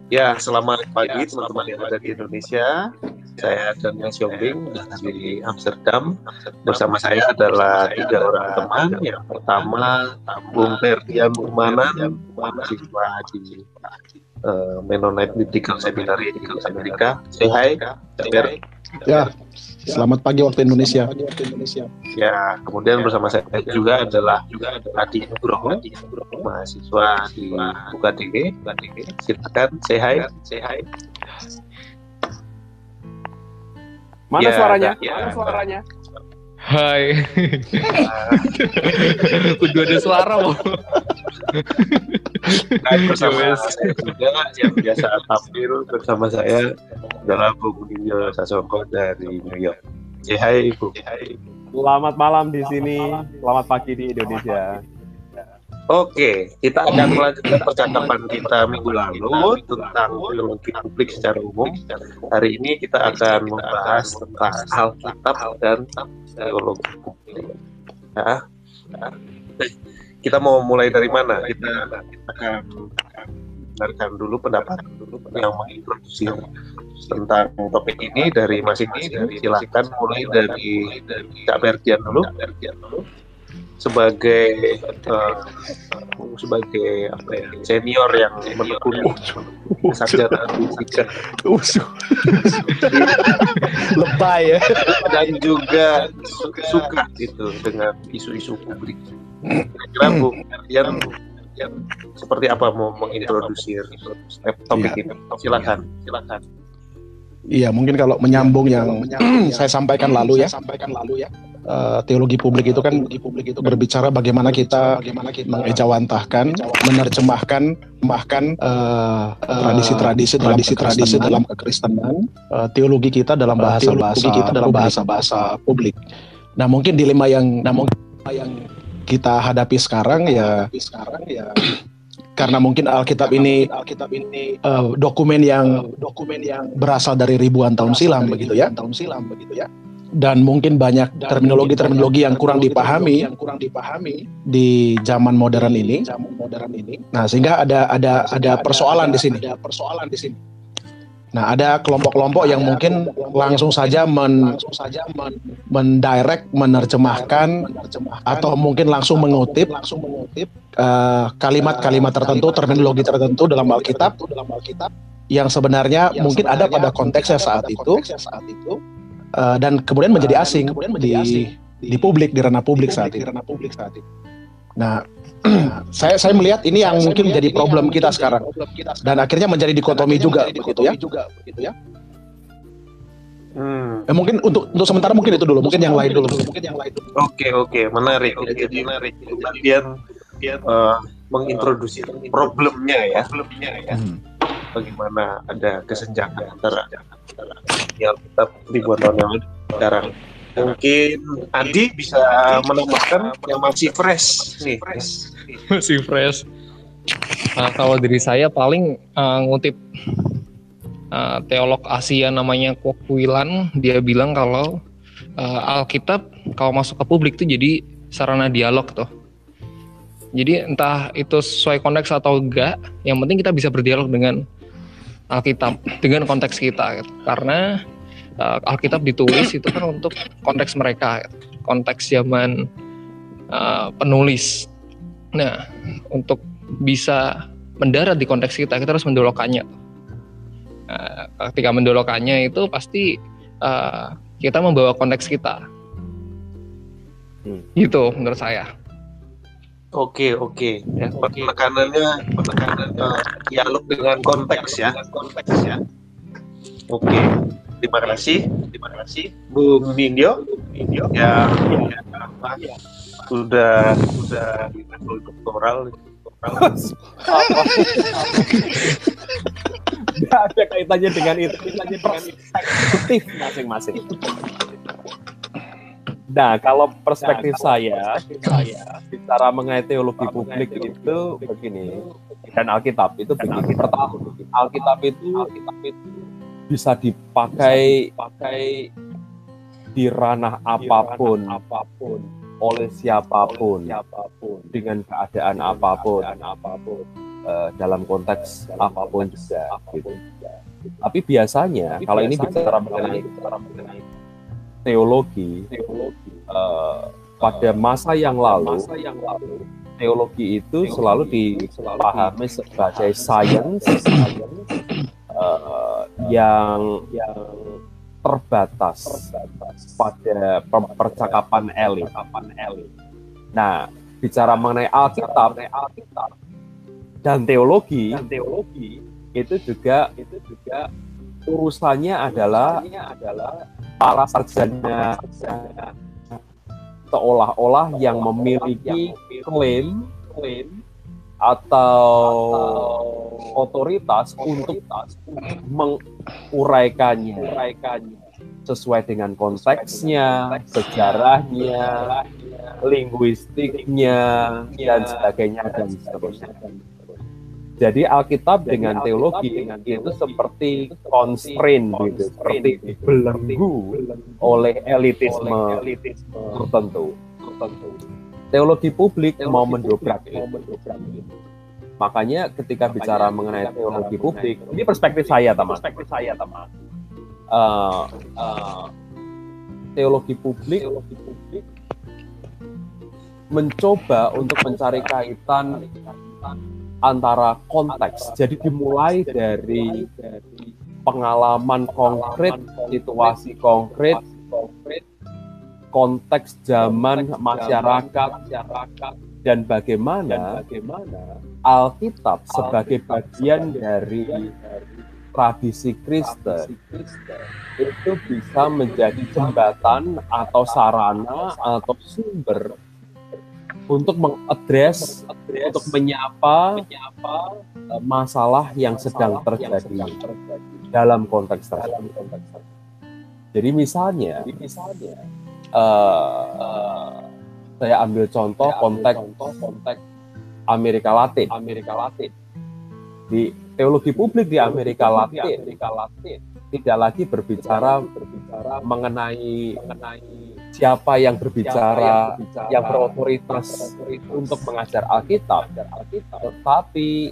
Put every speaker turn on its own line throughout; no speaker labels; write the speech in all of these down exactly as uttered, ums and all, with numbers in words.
Ya, selamat pagi teman-teman yang ada di Indonesia. Saya dan Mas Yombing dari Amsterdam. Bersama saya adalah tiga orang teman. Yang pertama, Bung Ferdian Permanan, mahasiswa di uh, Mennonite Biblical Seminary di Amerika. Say hi, Fer.
Ya, selamat pagi waktu Indonesia.
Ya, kemudian bersama saya juga adalah Adi Nugroho, mahasiswa di U K D W. Silakan, say hi. Say hi.
Mana
Ya,
suaranya?
ya,
Mana suaranya?
Hai. Udah ada suara loh.
Dan bersama saya juga yang biasa tampil bersama saya adalah Bung Nino Sasongko dari New York. Say hi, Bung.
Selamat malam di sini, selamat pagi di Indonesia.
Oke, kita akan melanjutkan percakapan kita minggu lalu tentang teologi publik secara umum. Hari ini kita akan membahas tentang Alkitab dan teologi publik. Ya. Kita mau mulai dari mana? Kita akan dengarkan dulu pendapat dulu yang mengintroduksi tentang topik ini dari masing-masing. Silakan mulai dari Kak Ferdian dulu. Sebagai uh, sebagai apa ya, senior yang menekuni sarjana fisika
Lebay ya.
dan juga su- suka itu dengan isu-isu publik. Kira-kira Bu Ferdian yang seperti apa mau mengintroduksi topik ini? Silakan, silakan.
Iya, mungkin kalau menyambung yang saya sampaikan lalu ya, sampaikan lalu ya. Uh, teologi publik itu kan publik itu berbicara bagaimana kita bagaimana kita mengejawantahkan, menerjemahkan, bahkan uh, tradisi-tradisi tradisi-tradisi dalam kekristenan, uh, teologi kita dalam bahasa-bahasa kita dalam bahasa-bahasa publik. Nah, mungkin dilema yang nah mungkin yang kita hadapi sekarang ya sekarang ya karena mungkin Alkitab ini Alkitab ini uh, dokumen yang uh, dokumen yang berasal dari ribuan tahun silam begitu ya. Tahun silam begitu ya. Dan mungkin banyak terminologi-terminologi yang kurang dipahami, yang kurang dipahami di zaman modern ini. Zaman modern ini. Nah, sehingga ada ada ada persoalan di sini. Ada persoalan di sini. Nah, ada kelompok-kelompok yang mungkin langsung saja men mendirect, menerjemahkan, atau mungkin langsung mengutip, langsung mengutip uh, kalimat-kalimat tertentu, terminologi tertentu dalam Alkitab, dalam Alkitab yang sebenarnya mungkin ada pada konteksnya saat itu. Uh, dan kemudian menjadi asing, kemudian menjadi di, asing di, di publik, di ranah publik saat ini. Nah, saya saya melihat ini yang saya mungkin menjadi problem kita sekarang, kita sekarang, dan akhirnya menjadi dikotomi juga, begitu ya. Juga, begitu ya. Hmm. Eh, mungkin untuk untuk sementara mungkin itu dulu, mungkin yang lain dulu, mungkin yang lain dulu.
Oke oke, menarik. Oke, jadi menarik. Kemudian uh, mengintroduksi problemnya ya, problemnya ya. Hmm. Bagaimana ada kesenjangan antara yang kita ribuan tahun yang lalu sekarang. Mungkin Adi bisa menambahkan yang masih fresh nih.
Masih fresh. Nah, kalau dari saya paling uh, ngutip uh, teolog Asia namanya Kwok Wilan, dia bilang kalau uh, Alkitab kalau masuk ke publik itu jadi sarana dialog tuh. Jadi entah itu sesuai konteks atau enggak, yang penting kita bisa berdialog dengan Alkitab dengan konteks kita gitu. Karena uh, Alkitab ditulis itu kan untuk konteks mereka gitu. Konteks zaman uh, penulis. Nah, untuk bisa mendarat di konteks kita kita harus mendolokannya. Uh, ketika mendolokannya itu pasti uh, kita membawa konteks kita hmm. gitu menurut saya.
Oke oke, ya, penekanannya penekanan uh, dialog dengan konteks ya, konteks ya. Oke, terima kasih, terima kasih, Bung Nindyo, Nindyo ya, ya, ya, sudah sudah di level doktoral, doktoral.
Tidak ada kaitannya dengan itu, kaitannya dengan perspektif masing-masing. Nah, kalau perspektif nah, saya, saya bicara mengenai teologi publik itu begini, dan Alkitab itu begini. Pertama, Alkitab itu, Alkitab itu bisa dipakai, pakai di ranah apapun, apapun, oleh siapapun, siapapun, dengan keadaan apapun, apapun. uh, dalam konteks apapun juga. Gitu. Tapi biasanya Tapi kalau biasanya, ini bicara mengenai teologi, teologi uh, pada masa yang lalu, masa yang lalu teologi itu selalu dipahami sebagai science uh, yang yang terbatas pada percakapan elit. Nah, bicara mengenai Alkitab dan teologi, dan teologi itu juga itu juga urusannya adalah adalah para sarjana seolah-olah yang memiliki klaim klaim atau otoritas untuk menguraikannya sesuai dengan konteksnya, sejarahnya, linguistiknya, dan sebagainya dan seterusnya. Jadi Alkitab dengan teologi itu seperti constraint gitu, seperti dibelenggu oleh elitisme tertentu. Teologi publik mau mendobrak itu. Makanya ketika bicara mengenai teologi publik, ini perspektif saya, teman. Perspektif saya, teman. Uh, uh, teologi publik, teologi publik mencoba untuk mencari kaitan antara konteks. Jadi dimulai dari, dari pengalaman konkret, situasi konkret, konteks zaman masyarakat, dan bagaimana, bagaimana Alkitab sebagai bagian dari tradisi Kristen itu bisa menjadi jembatan atau sarana atau sumber untuk mengadres, untuk menyapa, menyapa masalah yang sedang terjadi dalam konteks tersebut. Jadi misalnya, misalnya uh, uh, saya ambil contoh konteks konteks Amerika Latin. Amerika Latin. Di teologi publik di Amerika Latin, Amerika Latin tidak lagi berbicara berbicara mengenai mengenai siapa yang berbicara, yang, yang berotoritas untuk mengajar Alkitab, tetapi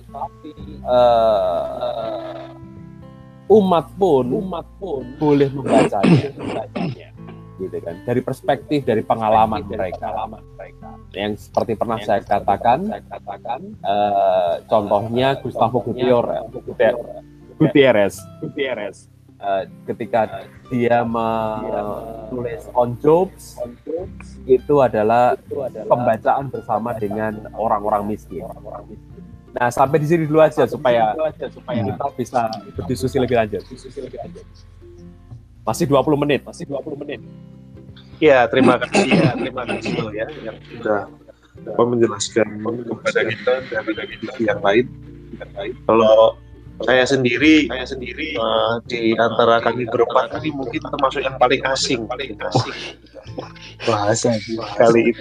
uh, umat pun umat pun boleh membacanya, membacanya, gitu kan? Dari perspektif, dari pengalaman mereka, yang seperti pernah saya katakan, saya katakan, uh, contohnya Gustavo Gutierrez, Gutierrez, Gutierrez. Uh, ketika dia menulis on Jobs, itu adalah pembacaan bersama dengan orang-orang miskin. Nah, sampai di sini dulu aja supaya supaya kita bisa berdiskusi lebih lanjut. Masih dua puluh menit, masih dua puluh menit.
Ya, terima kasih ya, terima kasih ya yang sudah menjelaskan kepada kita dari sisi yang lain. Kalau saya sendiri, saya sendiri uh, di antara kami berempat tadi mungkin termasuk yang paling asing, paling asing bahasa kali itu.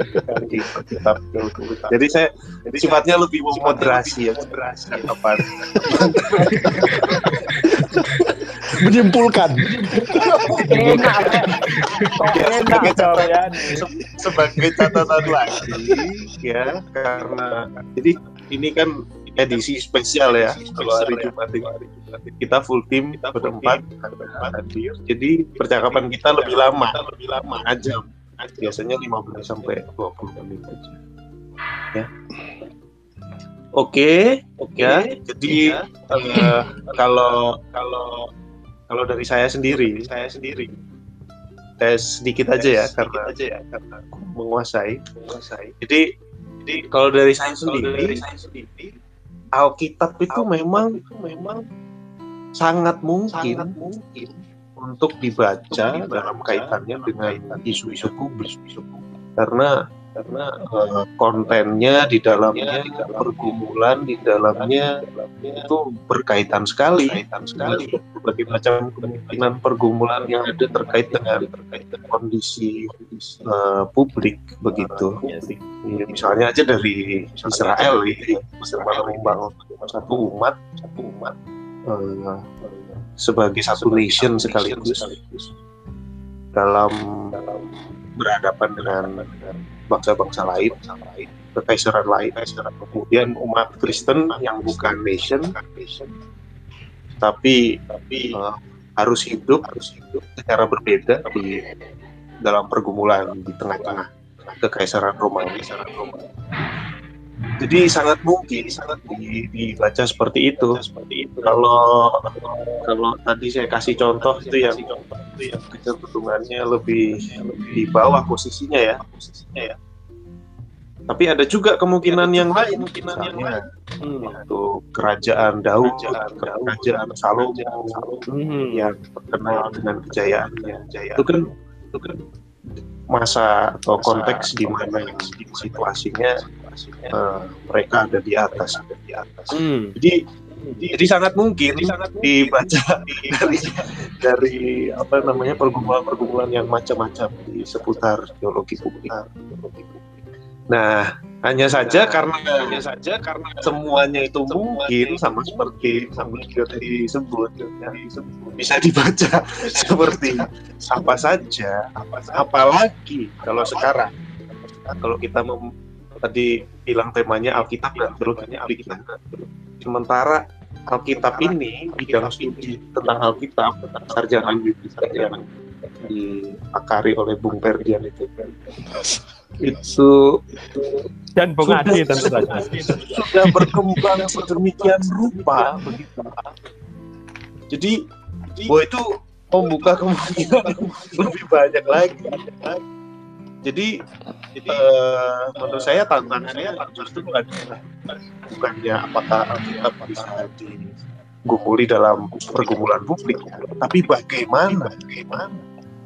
Jadi saya jadi sifatnya lebih moderasi ya, moderasi apa?
Menyimpulkan.
Enak, enak sebagai catatan lagi, ya karena jadi ini kan edisi spesial ya, kalau hari Jumat ini kita full tim berempat hadir, jadi percakapan kita lebih lama, lebih lama aja, biasanya lima belas sampai dua puluh menit aja. Ya. Oke, oke. Ya, jadi uh, kalau kalau kalau dari saya sendiri, saya sendiri, saya sedikit aja ya, karena aja ya, karena menguasai, menguasai. Jadi, jadi kalau dari saya sendiri, dari saya sendiri Alkitab itu memang itu memang sangat mungkin, sangat mungkin untuk dibaca dalam kaitannya dengan isu-isu publik, karena karena uh, kontennya di dalamnya, di dalam pergumulan di dalamnya itu berkaitan sekali, berkaitan sekali. Berbagai macam kemungkinan pergumulan yang ada terkait dengan terkait dengan kondisi uh, publik begitu. Ya, misalnya aja dari Israel, gitu, Israel membangun satu umat, satu umat uh, sebagai satu nation sekaligus dalam dalam berhadapan dengan bangsa-bangsa lain, kekaisaran lain, kemudian umat Kristen yang bukan nation, tapi tapi uh, harus hidup harus hidup secara berbeda di dalam pergumulan di tengah-tengah kekaisaran Romawi. Jadi sangat mungkin sangat dibaca seperti itu. Seperti itu. Kalau kalau tadi saya kasih contoh itu yang kecenderungannya lebih di bawah posisinya ya, posisinya ya. Tapi ada juga kemungkinan yang lain, misalnya untuk kerajaan Daud, kerajaan Salomo hmm. yang terkenal dengan kejayaannya. Itu kan, itu kan masa atau konteks di mana situasinya uh, mereka ada di atas, ada di atas. Hmm. Jadi, jadi sangat mungkin dibaca dari dari apa namanya pergumulan-pergumulan yang macam-macam di seputar teologi publik. Nah, hanya saja karena hanya saja karena semuanya itu mungkin sama seperti sama seperti disebut ya, bisa dibaca seperti apa saja, apalagi kalau sekarang kalau kita mem, tadi bilang temanya Alkitab dan teologi Alkitab. Sementara Alkitab ini bidang studi tentang Alkitab, tentang sarjana yang diakari oleh Bung Ferdian itu itu
dan Bung Adi tentu saja
sudah berkembang sedemikian rupa begitu. Jadi bahwa itu membuka kemungkinan lebih banyak lagi. Jadi uh, menurut saya tantangannya justru adalah bukannya apakah Alkitab bisa digumuli dalam pergumulan publik, tapi bagaimana, bagaimana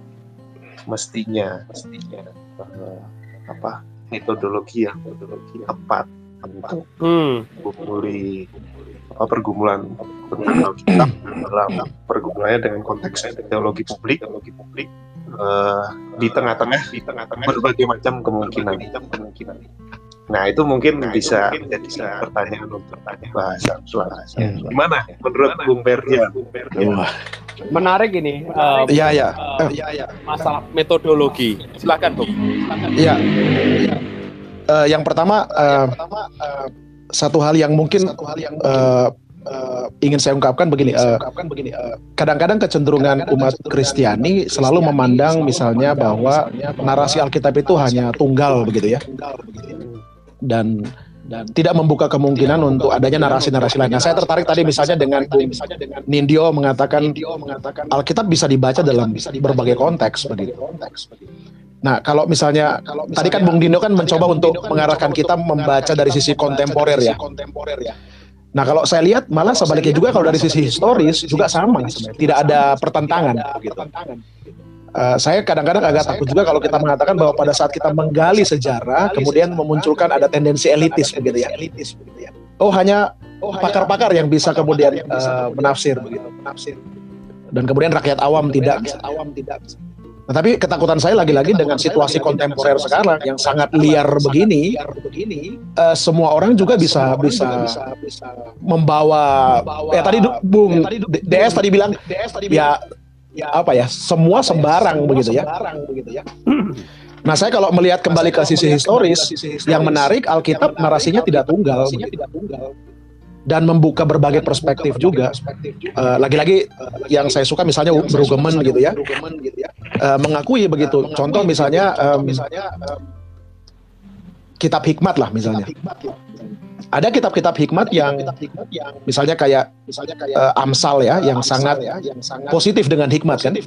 mestinya, mestinya uh, apa metodologi yang metodologi tepat untuk hmm. menggumuli apa pergumulan tentang Alkitab dalam pergumulannya dengan konteks teologi publik, teologi publik uh, di tengah-tengah di tengah-tengah berbagai macam kemungkinan. kemungkinan. Nah itu mungkin nah, bisa itu mungkin bisa pertanyaan untuk bahasa suara. Hmm. Gimana menurut Bung Ferdian?
Menarik ini.
Iya uh, ya.
Uh, ya, ya. Masalah metodologi. Silakan Bung.
Iya. Uh, yang pertama, uh, uh, satu hal yang mungkin hal yang uh, uh, ingin saya ungkapkan begini. Uh, uh, kadang-kadang kecenderungan umat Kristiani selalu memandang misalnya bahwa narasi Alkitab itu hanya tunggal begitu ya. Dan dan tidak membuka kemungkinan untuk adanya narasi-narasi lain. Nah, saya tertarik tadi misalnya dengan Nindyo mengatakan Alkitab bisa dibaca dalam berbagai konteks begitu. Nah, kalau misalnya kalau tadi kan Bung Dindo kan mencoba untuk mengarahkan kita membaca dari sisi kontemporer ya. Nah, kalau saya lihat malah sebaliknya juga kalau dari sisi historis juga sama sebenarnya. Tidak ada pertentangan begitu. Uh, saya kadang-kadang agak takut juga kalau kita mengatakan bahwa pada saat kita menggali sejarah, kemudian memunculkan ada tendensi elitis begitu ya. Oh hanya pakar-pakar yang bisa kemudian uh, menafsir begitu. Dan kemudian rakyat awam tidak. Nah, tapi ketakutan saya lagi-lagi dengan situasi kontemporer sekarang yang sangat liar begini, uh, semua orang juga bisa bisa membawa. Ya tadi Bung D S tadi bilang ya. Ya, apa ya semua sembarang semua begitu ya. Begitu ya. Nah saya kalau melihat kembali ke sisi historis yang menarik Alkitab narasinya tidak tunggal dan membuka berbagai perspektif juga. Uh, lagi-lagi uh, yang saya suka misalnya Brueggemann gitu ya, uh, mengakui begitu. Contoh misalnya um, kitab hikmat lah misalnya. Ada kitab-kitab hikmat yang misalnya kayak uh, Amsal ya, yang sangat positif dengan hikmat kan.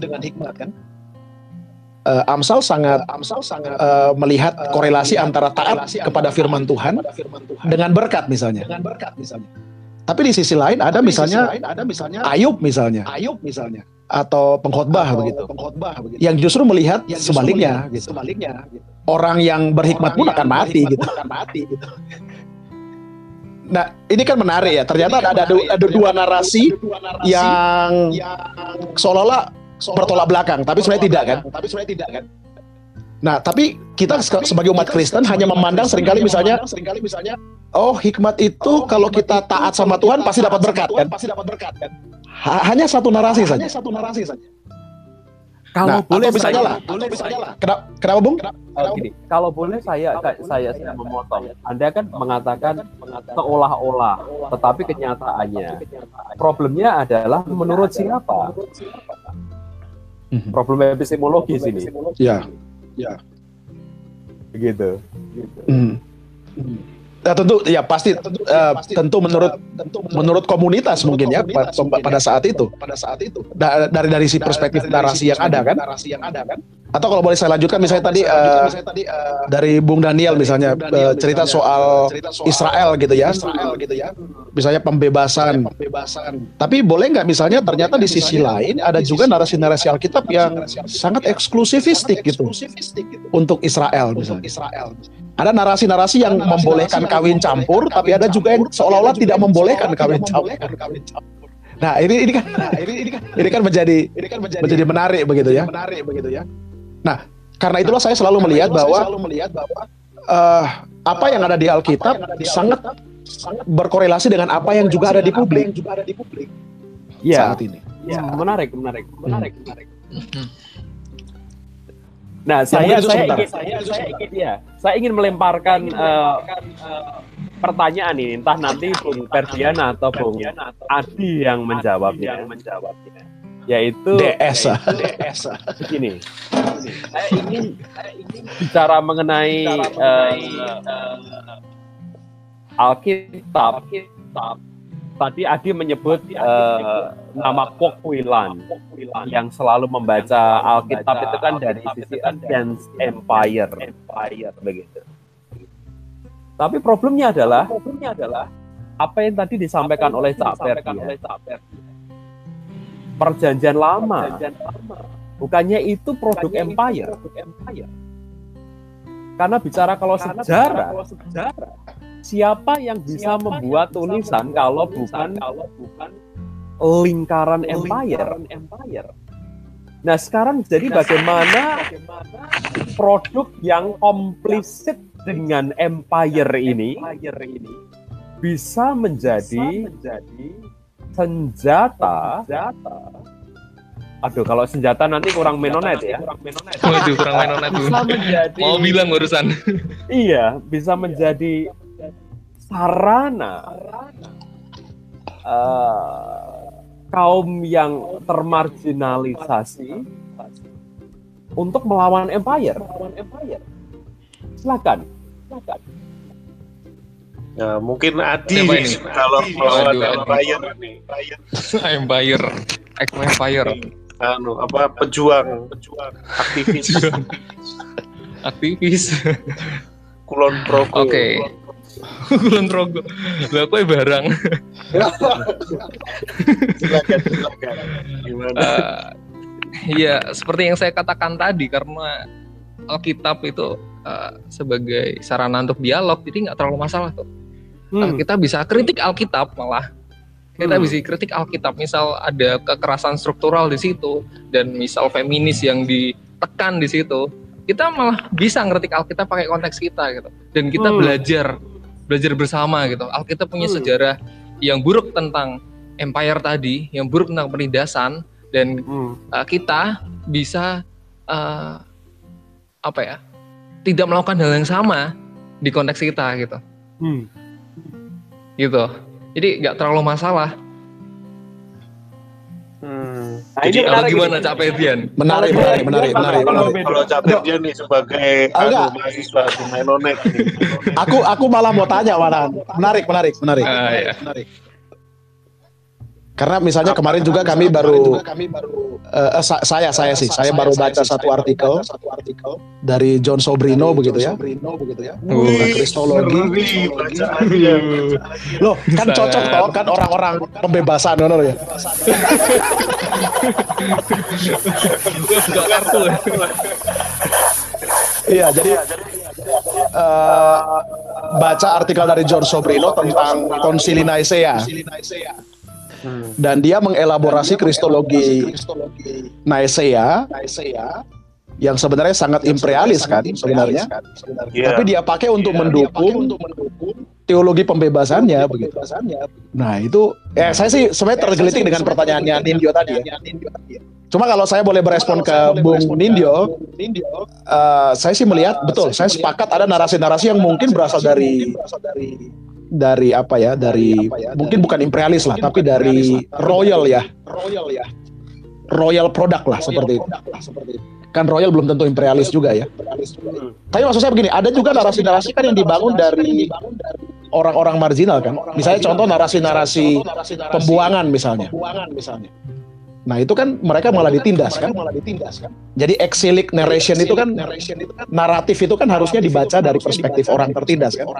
Uh, Amsal sangat uh, melihat korelasi antara taat kepada firman Tuhan dengan berkat misalnya. Tapi di sisi lain ada misalnya Ayub misalnya, atau pengkhotbah begitu, yang justru melihat sebaliknya. Orang yang berhikmat pun akan mati gitu. Nah, ini kan menarik ya. Ternyata ada, ada, ada dua narasi yang seolah-olah bertolak belakang, tapi sebenarnya tidak kan? Tapi sebenarnya tidak kan? Nah, tapi kita sebagai umat Kristen hanya memandang seringkali misalnya, oh hikmat itu kalau kita taat sama Tuhan pasti dapat berkat kan? Pasti dapat berkat kan? Hanya satu narasi saja.
Kalau
nah,
boleh
atau misalnya
saya,
lah, boleh misalnya lah. Kenapa, kenapa Bung?
Oh, gini, kalau boleh saya saya saya memotong. Anda kan mengatakan seolah-olah, tetapi kenyataannya problemnya adalah menurut siapa? Problem epistemologis ini.
Ya, ya.
Begitu.
Hmm. Nah, tentu ya pasti uh, tentu menurut menurut komunitas mungkin ya pada saat itu pada saat itu da dari dari si perspektif narasi yang ada kan narasi yang ada kan atau kalau boleh saya lanjutkan misalnya tadi uh, dari Bung Daniel misalnya uh, cerita soal Israel gitu ya Israel gitu ya misalnya pembebasan pembebasan tapi boleh nggak misalnya ternyata di sisi lain ada juga narasi-narasi Alkitab yang sangat eksklusifistik gitu untuk Israel misalnya Israel ada narasi-narasi yang membolehkan kawin campur, tapi ada juga yang seolah-olah tidak membolehkan kawin campur. Nah, ini ini kan ini kan ini kan menjadi ini kan menjadi, menjadi menarik begitu ya. Menarik begitu ya. Nah, karena itulah saya selalu melihat bahwa uh, apa yang ada di Alkitab sangat sangat berkorelasi dengan apa yang juga ada di publik.
Ya,
saat ini.
Ya, menarik, menarik, menarik, hmm. menarik. Nah, saya ya, saya, ingin, saya, saya ingin ya, saya ingin melemparkan uh, uh, pertanyaan ini, entah nanti Bung Ferdian atau Bung Adi yang menjawabnya, yaitu
D S.
Begini, saya ingin, saya ingin bicara mengenai uh, uh, Alkitab. Tadi Adi menyebut uh, nama Kwok Wilan yang selalu membaca Alkitab itu kan dari sisi against empire, empire begitu. Tapi problemnya adalah, problemnya adalah apa yang tadi disampaikan oleh Cak Ferdian. Perjanjian lama, bukannya itu produk empire. Karena bicara kalau sejarah, siapa yang bisa membuat tulisan kalau bukan kalau bukan lingkaran empire? Nah, sekarang jadi bagaimana produk yang komplisit dengan empire ini bisa menjadi senjata? Aduh, kalau senjata nanti kurang menonet ya.
Waduh, kurang menonet.
Bisa menjadi,
mau bilang urusan.
Iya, bisa menjadi sarana uh, kaum yang termarginalisasi untuk melawan empire. Silakan. Silakan.
Nah, mungkin Adi kalau melawan empire nih,
empire, empire.
Anu apa pejuang, pejuang, aktivis,
aktivis.
Kulon Progo.
Oke. Okay. Kulon Progo. Lah kowe barang.
Silakan, silakan. Gimana?
Uh, ya, seperti yang saya katakan tadi, karena Alkitab itu uh, sebagai sarana untuk dialog, jadi nggak terlalu masalah tuh. Hmm. Uh, kita bisa kritik Alkitab malah. Kita hmm. bisa kritik Alkitab, misal ada kekerasan struktural di situ dan misal feminis yang ditekan di situ. Kita malah bisa ngerti Alkitab pakai konteks kita gitu, dan kita hmm. belajar belajar bersama gitu. Alkitab punya hmm. sejarah yang buruk tentang empire tadi, yang buruk tentang penindasan, dan hmm. uh, kita bisa uh, apa ya, tidak melakukan hal yang sama di konteks kita gitu, hmm. gitu. Jadi nggak terlalu masalah.
Hmm.
Nah,
jadi kalau gimana Cak Ferdian?
Menarik, menarik, menarik, menarik.
Kalau Cak Ferdian nih sebagai anu mahasiswa di Menonet nih.
Aku aku malah mau tanya mana. Menarik, menarik, menarik.
Uh, ya.
menarik. Karena misalnya kemarin juga kami baru, uh, saya saya sih, saya baru baca satu artikel dari John Sobrino begitu ya, Kristologi. Loh, kan cocok toh kan orang-orang pembebasan benar ya. Iya, jadi uh, baca artikel dari John Sobrino tentang Konsili Nicea. Hmm. Dan dia mengelaborasi kristologi Nicea yang sebenarnya sangat imperialis kan sebenarnya,
Iya.
tapi dia pakai untuk mendukung teologi pembebasannya begitu. Nah itu, ya saya sih sebenarnya tergelitik dengan pertanyaannya Nindyo tadi ya. Cuma kalau saya boleh berespon ke Bung Nindyo, uh, saya sih melihat betul, saya sepakat ada narasi-narasi yang mungkin berasal dari dari apa ya, dari mungkin bukan imperialis lah, tapi dari royal ya, royal product lah seperti itu. Kan royal belum tentu imperialis juga ya. Tapi maksud saya begini, ada juga narasi-narasi kan yang dibangun dari orang-orang marginal kan. Misalnya contoh narasi-narasi pembuangan misalnya. Nah itu kan mereka malah ditindas kan. Jadi exilic narration itu kan, naratif itu kan harusnya dibaca dari perspektif orang tertindas kan.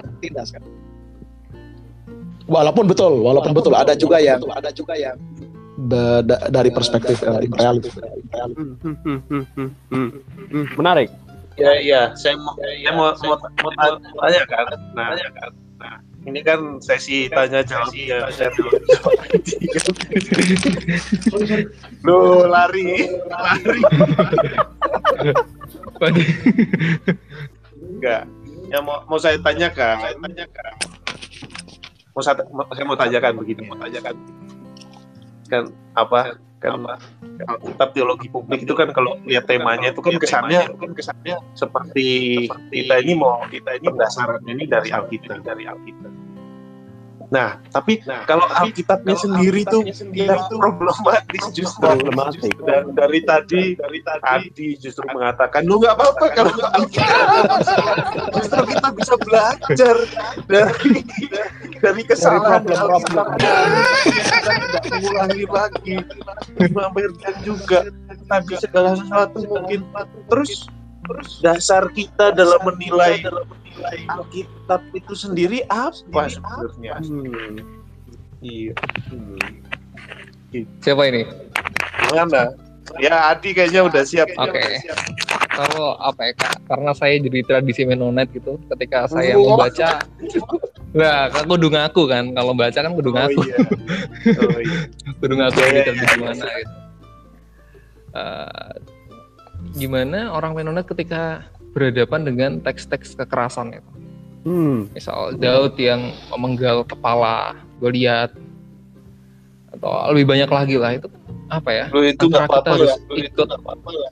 Walaupun betul, walaupun betul ada juga yang Be, da, dari perspektif uh, imperialis.
Menarik.
Ya, iya, saya mau, saya mau, mau, mau tanya kan. Nah, nah, ini kan sesi tanya jawabnya. Lu lari, lari. Enggak. Ya mau, mau saya tanyakan, saya tanyakan. Mau saya, saya mau tanyakan begini, mau tanyakan. Kan apa kan Alkitab teologi publik itu kan kalau lihat temanya itu kan kesannya kan kesannya seperti kita ini mau kita ini pendasarannya ini dari Alkitab dari Alkitab. Nah, tapi nah, kalau Alkitabnya sendiri tuh yang problematis justru
problematik.
Dan dari tadi dari tadi justru mengatakan lu nggak apa-apa kalau Alkitab. Justru kita bisa belajar dari dari kesalahan problem-problem. Tidak mengulangi lagi, memamerkan juga. Tapi segala sesuatu mungkin terus terus dasar kita dalam menilai dalam menilai Alkitab itu sendiri apa sebenarnya? Hmm. Iya. Hmm.
Siapa ini?
Mana? Ya Adi kayaknya udah siap.
Oke. Okay. Kalau apa ya Kak? Karena saya jadi tradisi Mennonite gitu. Ketika saya oh. membaca, nah aku kudu ngaku kan. Kalau baca kan kudu ngaku. Oh iya. Oh iya. Kudu ngaku di tradisi mana gitu. Uh, gimana orang Mennonite ketika berhadapan dengan teks-teks kekerasan itu. Hmm. Misal Daud yang memenggal kepala Goliat atau lebih banyak lagi lah itu apa ya?
Lu itu
antara kita harus
ya.
ikut
apa ya?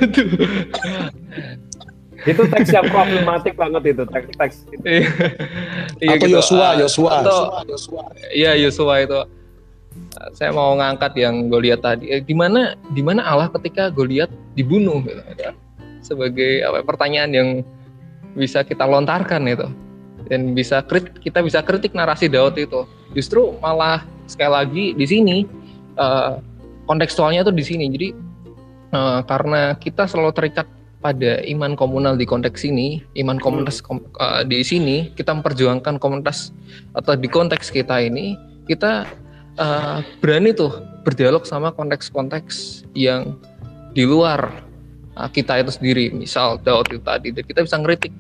Itu teks yang problematik banget itu teks-teks.
Iya, atau Yosua, Yosua.
Iya Yosua itu. Saya mau ngangkat yang Goliat tadi. Eh, di mana di mana Allah ketika Goliat dibunuh gitu, ya? Sebagai apa pertanyaan yang bisa kita lontarkan itu. Dan bisa krit, kita bisa kritik narasi Daud itu. Justru malah sekali lagi di sini uh, kontekstualnya tuh di sini. Jadi uh, karena kita selalu terikat pada iman komunal di konteks ini, iman komunitas kom, uh, di sini kita memperjuangkan komunitas atau di konteks kita ini kita uh, berani tuh berdialog sama konteks-konteks yang di luar uh, kita itu sendiri. Misal Daud itu tadi, kita bisa ngeritik.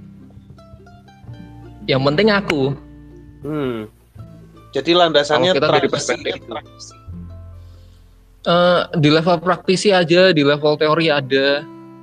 Yang penting aku.
Hmm. Jadi landasannya
kita dari perspektif uh, di level praktisi aja, di level teori ada.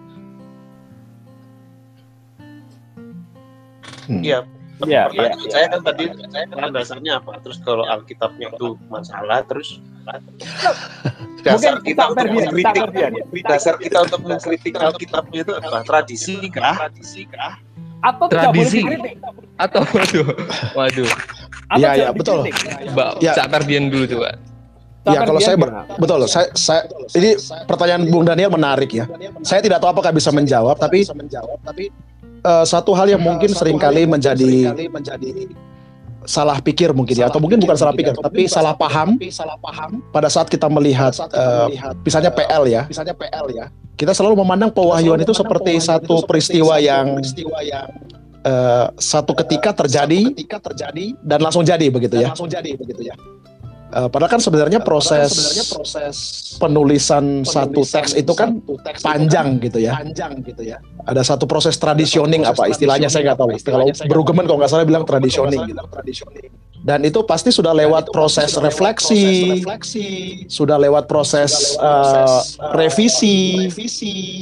Iya.
Hmm. Ya, ya,
saya kan tadi saya kan landasannya apa? Terus kalau Alkitabnya itu masalah, terus dasar kita untuk mengkritik, dasar kita untuk mengkritik Alkitabnya itu apa? Tradisi kah? Tradisi kah?
Atau
tradisi? Atau waduh, waduh.
Iya, ya, betul.
Mbak, ya. Cak Ferdian dulu coba.
Ya kalau saya ber, betul, saya, saya ini pertanyaan Bung Daniel menarik ya. Saya tidak tahu apakah bisa menjawab, tapi uh, satu hal yang mungkin seringkali menjadi salah pikir mungkin ya, atau mungkin bukan salah pikir, tapi salah paham pada saat kita melihat, uh, misalnya P L ya, kita selalu memandang pewahyuan itu seperti satu peristiwa yang uh, satu ketika terjadi dan langsung jadi begitu ya. Uh, padahal kan sebenarnya proses, penulisan satu teks itu kan panjang gitu ya. Ada satu proses traditioning apa istilahnya saya nggak tahu. Kalau Brueggemann kalau nggak salah bilang traditioning. Gitu. Dan itu pasti sudah lewat proses refleksi, sudah lewat proses uh, revisi,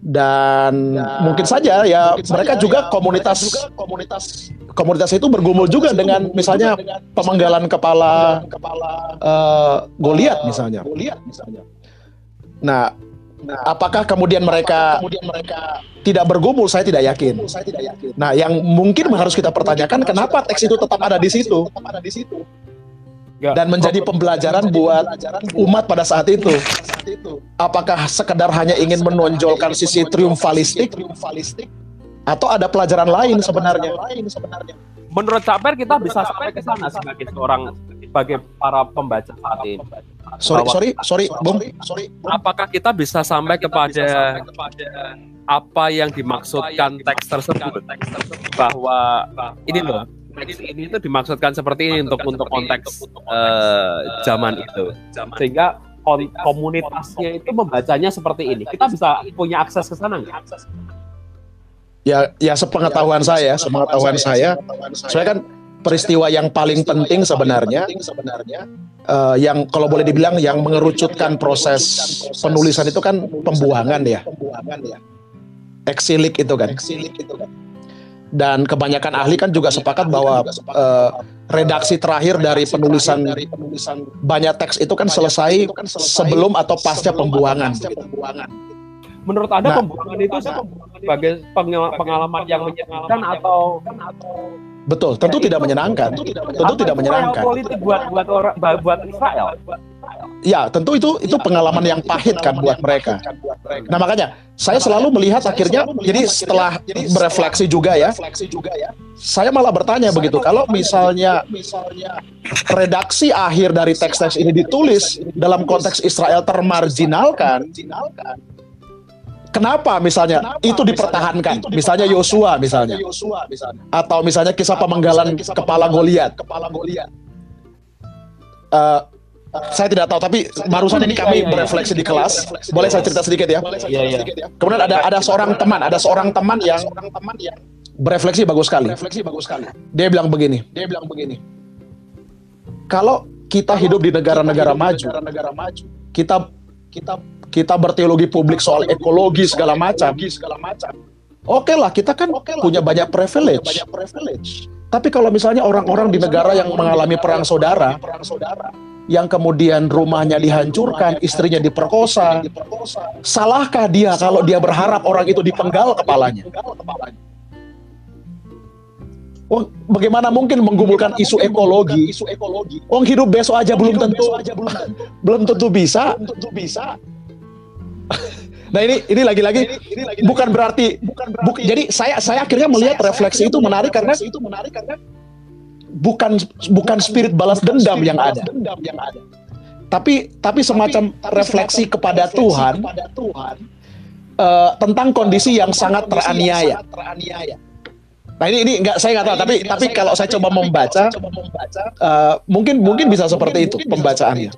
Dan ya, mungkin saja ya mungkin mereka saja, juga ya, komunitas juga komunitas komunitas itu bergumul komunitas juga itu dengan bergumul misalnya dengan pemenggalan kepala kepala uh, Goliat misalnya. Goliat misalnya. Nah, nah, apakah kemudian mereka kemudian mereka tidak bergumul? Saya tidak yakin. Saya tidak yakin. Nah, yang mungkin nah, harus kita pertanyakan kenapa teks itu tetap ada di situ? Tetap ada di situ. Dan menjadi pembelajaran buat umat pada saat itu. Apakah sekedar hanya ingin menonjolkan sisi triumfalistik atau ada pelajaran lain sebenarnya?
Menurut Cak Per kita bisa sampai ke sana sebagai seorang sebagai para pembaca saat ini.
Sorry, sorry, sorry, Bung. Sorry.
Apakah kita bisa sampai kepada apa yang dimaksudkan teks tersebut bahwa ini loh teks ini itu dimaksudkan seperti ini untuk untuk konteks uh, zaman itu, sehingga komunitasnya itu membacanya seperti ini. Kita bisa punya akses ke sana nggak?
Ya, ya sepengetahuan saya, sepengetahuan saya, saya kan peristiwa yang paling penting sebenarnya, uh, yang kalau boleh dibilang yang mengerucutkan proses penulisan itu kan pembuangan ya, eksilik itu kan. Dan kebanyakan ahli kan juga sepakat bahwa uh, redaksi terakhir dari penulisan banyak teks itu kan selesai sebelum atau pasca pembuangan.
Menurut Anda nah, pembuangan itu sebagai pengalaman yang menyenangkan atau
betul, tentu ya, tidak itu, menyenangkan. Tentu tidak menyenangkan. Tentu tidak menyenangkan.
Politik buat buat orang buat Israel.
Ya, tentu itu itu pengalaman yang pahit kan buat mereka. Nah, makanya saya selalu melihat akhirnya jadi setelah berefleksi juga ya. Saya malah bertanya begitu, kalau misalnya redaksi akhir dari teks-teks ini ditulis dalam konteks Israel termarginalkan, kenapa misalnya kenapa, itu dipertahankan? Misalnya, itu misalnya Yosua misalnya. misalnya. Atau misalnya kisah pemenggalan kisah kepala Goliat. Uh, saya tidak tahu, tapi barusan ini kami iya, berefleksi iya, di kelas. Iya, boleh saya cerita sedikit ya?
Iya, iya.
Kemudian ada ada seorang teman, ada seorang teman yang berefleksi bagus sekali. Dia bilang begini. Dia bilang begini. Kalau kita hidup di negara-negara maju, kita kita kita berteologi publik soal ekologi segala macam. Oke lah, kita kan punya banyak privilege. Tapi kalau misalnya orang-orang di negara yang mengalami perang saudara, yang kemudian rumahnya dihancurkan, istrinya diperkosa, salahkah dia kalau dia berharap orang itu dipenggal kepalanya? Oh, bagaimana mungkin menggumulkan isu ekologi? Orang hidup besok aja belum tentu, belum tentu bisa. Nah ini ini lagi-lagi bukan berarti, bu, jadi saya saya akhirnya melihat refleksi itu menarik karena bukan bukan spirit balas dendam yang ada, tapi tapi semacam refleksi kepada Tuhan uh, tentang kondisi yang sangat teraniaya. Nah ini ini enggak saya nggak tahu, tapi tapi kalau saya coba membaca, uh, mungkin mungkin bisa seperti itu pembacaannya.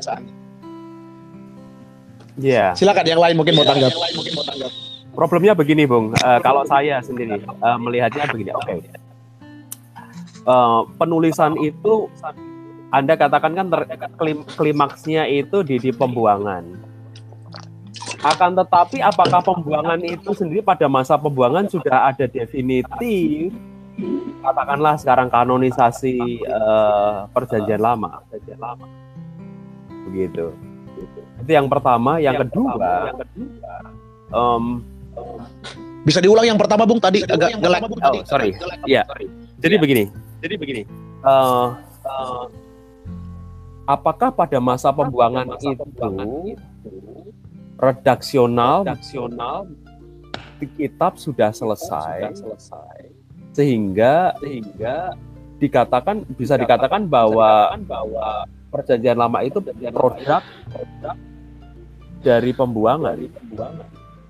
Iya. Yeah.
Silakan yang lain mungkin yeah, mau tanggap.
Problemnya begini, Bung. Uh, kalau saya sendiri uh, melihatnya begini. Oke. Okay. Uh, penulisan itu Anda katakan kan ter, klim, klimaksnya itu di, di pembuangan. Akan tetapi apakah pembuangan itu sendiri pada masa pembuangan sudah ada definitif? Katakanlah sekarang kanonisasi uh, perjanjian lama, perjanjian lama. Begitu. Itu yang pertama, yang, yang kedua, pertama, yang kedua um,
bisa diulang yang pertama, Bung, tadi agak gelak.
Oh, sorry. Iya. Jadi ya. begini. Jadi begini. Uh, uh, apakah pada masa pembuangan, masa itu, pembuangan itu redaksional, redaksional di kitab sudah selesai, sudah selesai sehingga sehingga dikatakan bisa dikatakan bahwa bahwa perjanjian lama itu produk, produk dari pembuangan. Dari pembuangan.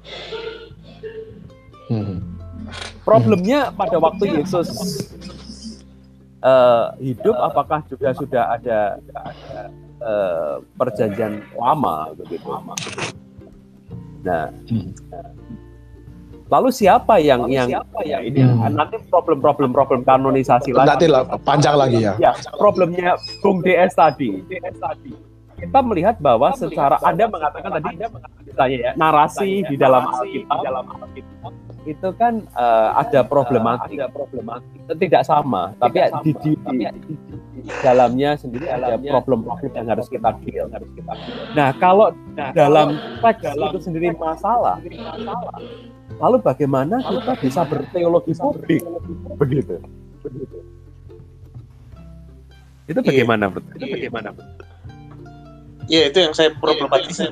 Hmm. Problemnya pada waktu Yesus uh, hidup, apakah juga sudah ada, ada uh, perjanjian lama begitu? Nah, hmm. lalu siapa yang yang, siapa yang ini hmm. nanti problem-problem problem kanonisasi lagi.
Nanti lah, panjang lagi ya.
Ya, problemnya Bung D S tadi. D S tadi. kita melihat bahwa secara Anda mengatakan tadi misalnya ya narasi di dalam Alkitab itu kan uh, ada problematik, ada problematik tidak sama, tapi di, di, di, di, di dalamnya sendiri ada problem-problem yang harus kita deal, harus kita. Nah, kalau nah, dalam teks itu sendiri masalah, lalu bagaimana kita bisa berteologi publik begitu? Begitu. Itu bagaimana, Bro? Itu bagaimana, Bro?
Ya, itu yang saya problematiskan.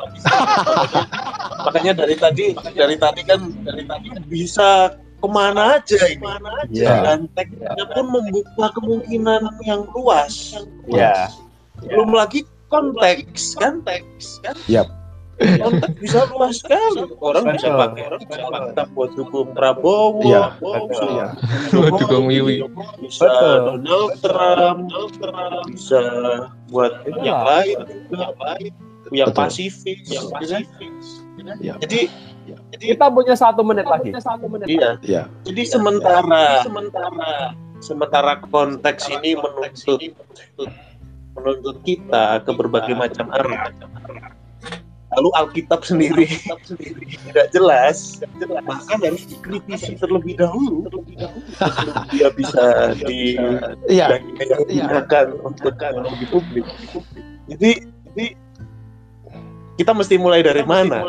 Makanya dari tadi, dari tadi kan, dari tadi bisa kemana aja ini.
Yeah.
Dan teksnya pun membuka kemungkinan yang luas.
Ya.
Yeah. Belum lagi konteks kan, teks kan.
Yap.
Konteks bisa luas sekali. Orang bisa pakai, orang bisa kita buat dukung Prabowo,
Iya.
bisa
Dukung Wiwi.
bisa Donald Trump, bisa buat yang lain, yang lain, yang
Betul.
pasifis, yang pasifis.
Ya.
Jadi, jadi
Kita punya satu menit lagi.
iya.
Ya.
Jadi sementara, sementara, sementara konteks ini menuntut, menuntut kita ke berbagai macam arah. Lalu Alkitab sendiri tidak jelas, maka harus dikritisi terlebih dahulu. Dia bisa
Iya.
digunakan untuk teknologi publik. Jadi, jadi kita mesti mulai dari mana?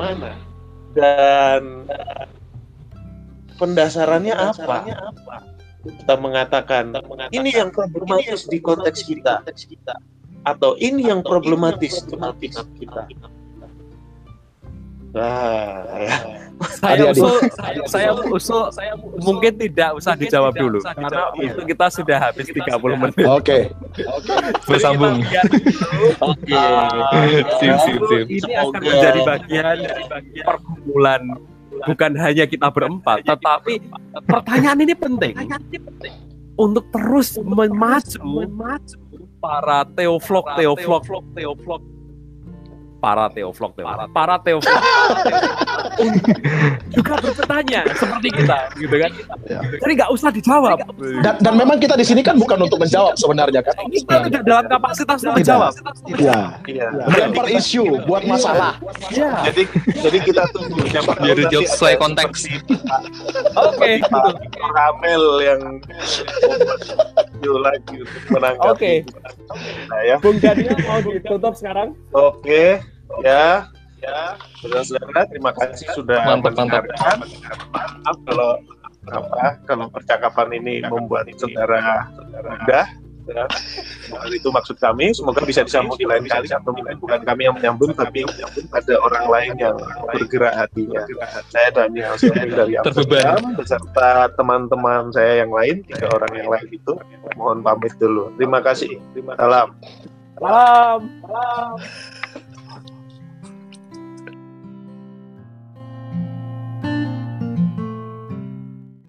Dan pendasarannya apa? Kita mengatakan ini yang problematis di konteks kita, atau ini yang problematis di Alkitab kita. Nah, ya.
Saya
Adik-adik.
usul, saya, saya usul, saya mungkin tidak usah dijawab dulu, karena itu kita sudah habis tiga puluh menit.
Oke.
Bersambung.
Oke.
Sip, sip, sip.
Ini akan menjadi bagian dari bagian pergumulan, bukan hanya kita berempat, tetapi pertanyaan ini penting untuk terus memacu para teoflog, teoflog, teoflog, para teoflog, teoflog, para teoflog juga bertanya seperti kita, gitu kan?
Ya.
Jadi nggak usah dijawab.
Dan, dan memang kita di sini kan bukan untuk menjawab sebenarnya kan.
Kita tidak dalam kapasitas untuk menjawab.
Iya.
Iya.
Melempar isu buat masalah.
Ya.
Jadi, jadi kita tunggu siapa tahu
Biar
nanti
dijawab
ada
sesuai konteks.
Oke.
Pak Ramel yang video lagi untuk menanggapi.
Oke.
Nah, ya.
Bung Daniel mau ditutup sekarang?
Oke, ya, ya, saudara-saudara, terima kasih sudah
Mantap, mantap.
mendengarkan. Maaf kalau apa, kalau percakapan ini membuat saudara mudah. Ya. Nah, itu maksud kami. Semoga bisa disambung di lain kali, atau mungkin bukan kami yang menyambung, tapi ada orang lain yang bergerak hatinya. Saya Daniel Sofir dari
Terbeban.
Amsterdam beserta teman-teman saya yang lain, tiga orang yang lain itu. Mohon pamit dulu. Terima kasih. Salam.
Salam. Salam.